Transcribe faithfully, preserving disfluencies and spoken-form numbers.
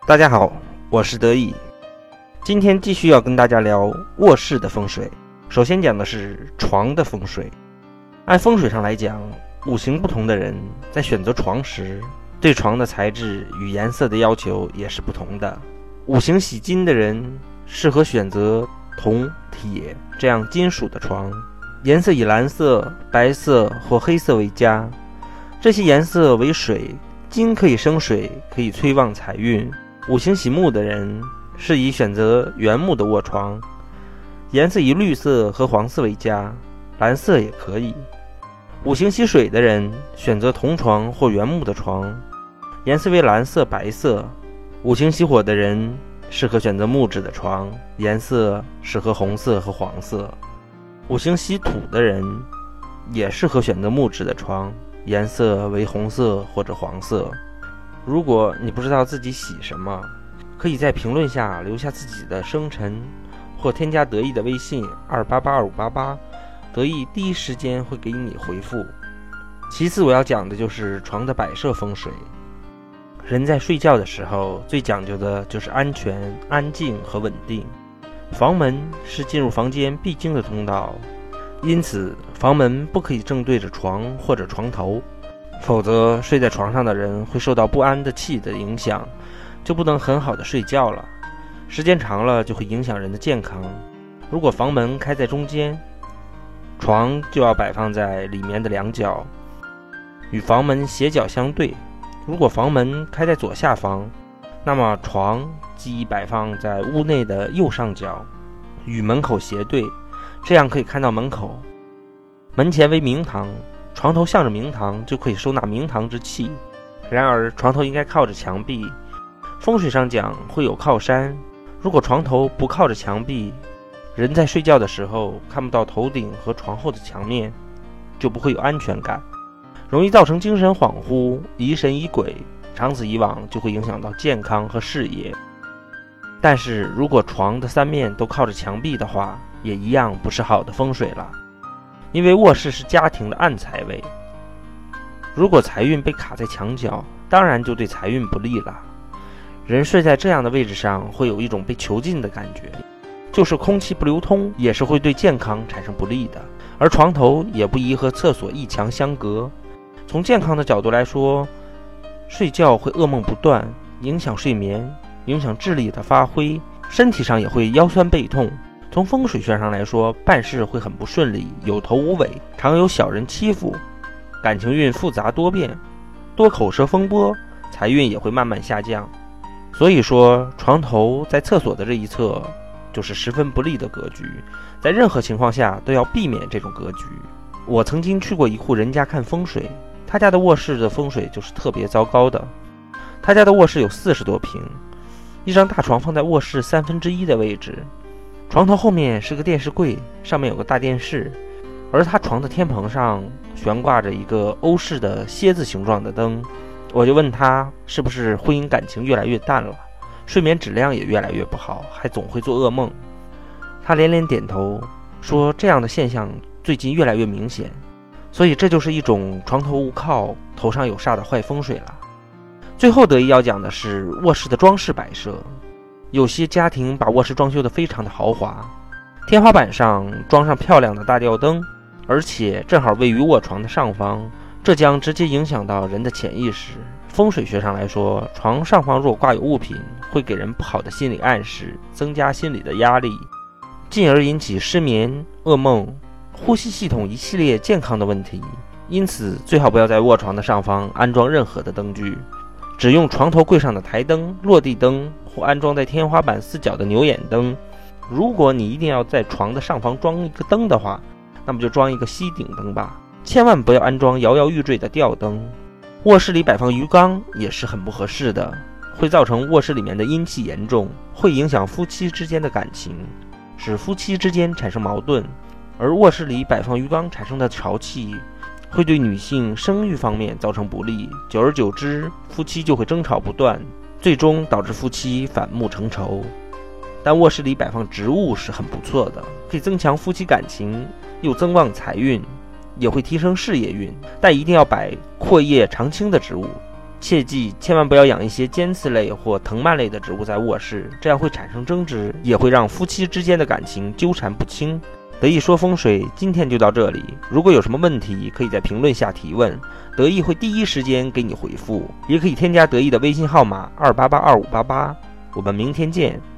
大家好，我是得意。今天继续要跟大家聊卧室的风水。首先讲的是床的风水。按风水上来讲，五行不同的人在选择床时，对床的材质与颜色的要求也是不同的。五行喜金的人适合选择铜、铁这样金属的床，颜色以蓝色、白色或黑色为佳。这些颜色为水，金可以生水，可以催旺财运。五行喜木的人适宜选择原木的卧床，颜色以绿色和黄色为佳，蓝色也可以。五行喜水的人选择铜床或原木的床，颜色为蓝色、白色。五行喜火的人适合选择木质的床，颜色适合红色和黄色。五行喜土的人也适合选择木质的床，颜色为红色或者黄色。如果你不知道自己喜什么，可以在评论下留下自己的生辰，或添加得意的微信二八八二五八八，得意第一时间会给你回复。其次我要讲的就是床的摆设风水。人在睡觉的时候最讲究的就是安全、安静和稳定。房门是进入房间必经的通道，因此房门不可以正对着床或者床头，否则睡在床上的人会受到不安的气的影响，就不能很好的睡觉了。时间长了就会影响人的健康。如果房门开在中间，床就要摆放在里面的两角，与房门斜角相对。如果房门开在左下方，那么床即宜摆放在屋内的右上角，与门口斜对，这样可以看到门口。门前为明堂，床头向着明堂，就可以收纳明堂之气。然而床头应该靠着墙壁，风水上讲会有靠山，如果床头不靠着墙壁，人在睡觉的时候看不到头顶和床后的墙面，就不会有安全感，容易造成精神恍惚、疑神疑鬼，长此以往就会影响到健康和事业。但是如果床的三面都靠着墙壁的话，也一样不是好的风水了，因为卧室是家庭的暗财位，如果财运被卡在墙角，当然就对财运不利了。人睡在这样的位置上会有一种被囚禁的感觉，就是空气不流通也是会对健康产生不利的。而床头也不宜和厕所一墙相隔。从健康的角度来说，睡觉会噩梦不断，影响睡眠，影响智力的发挥，身体上也会腰酸背痛。从风水学上来说，办事会很不顺利，有头无尾，常有小人欺负，感情运复杂多变，多口舌风波，财运也会慢慢下降。所以说床头在厕所的这一侧就是十分不利的格局，在任何情况下都要避免这种格局。我曾经去过一户人家看风水，他家的卧室的风水就是特别糟糕的。他家的卧室有四十多平，一张大床放在卧室三分之一的位置，床头后面是个电视柜，上面有个大电视，而他床的天棚上悬挂着一个欧式的蝎子形状的灯。我就问他是不是婚姻感情越来越淡了，睡眠质量也越来越不好，还总会做噩梦。他连连点头说，这样的现象最近越来越明显，所以这就是一种床头无靠，头上有煞的坏风水了。最后得意要讲的是卧室的装饰摆设。有些家庭把卧室装修得非常的豪华，天花板上装上漂亮的大吊灯，而且正好位于卧床的上方，这将直接影响到人的潜意识。风水学上来说，床上方若挂有物品，会给人不好的心理暗示，增加心理的压力，进而引起失眠、噩梦、呼吸系统一系列健康的问题。因此最好不要在卧床的上方安装任何的灯具，只用床头柜上的台灯、落地灯，或安装在天花板四角的牛眼灯。如果你一定要在床的上方装一个灯的话，那么就装一个吸顶灯吧，千万不要安装摇摇欲坠的吊灯。卧室里摆放鱼缸也是很不合适的，会造成卧室里面的阴气严重，会影响夫妻之间的感情，使夫妻之间产生矛盾。而卧室里摆放鱼缸产生的潮气会对女性生育方面造成不利，久而久之夫妻就会争吵不断，最终导致夫妻反目成仇。但卧室里摆放植物是很不错的，可以增强夫妻感情，又增旺财运，也会提升事业运，但一定要摆阔叶常青的植物， 切记千万不要养一些尖刺类或藤蔓类的植物在卧室，这样会产生争执，也会让夫妻之间的感情纠缠不清。得意说风水今天就到这里，如果有什么问题可以在评论下提问，得意会第一时间给你回复，也可以添加得意的微信号码二八八二五八八，我们明天见。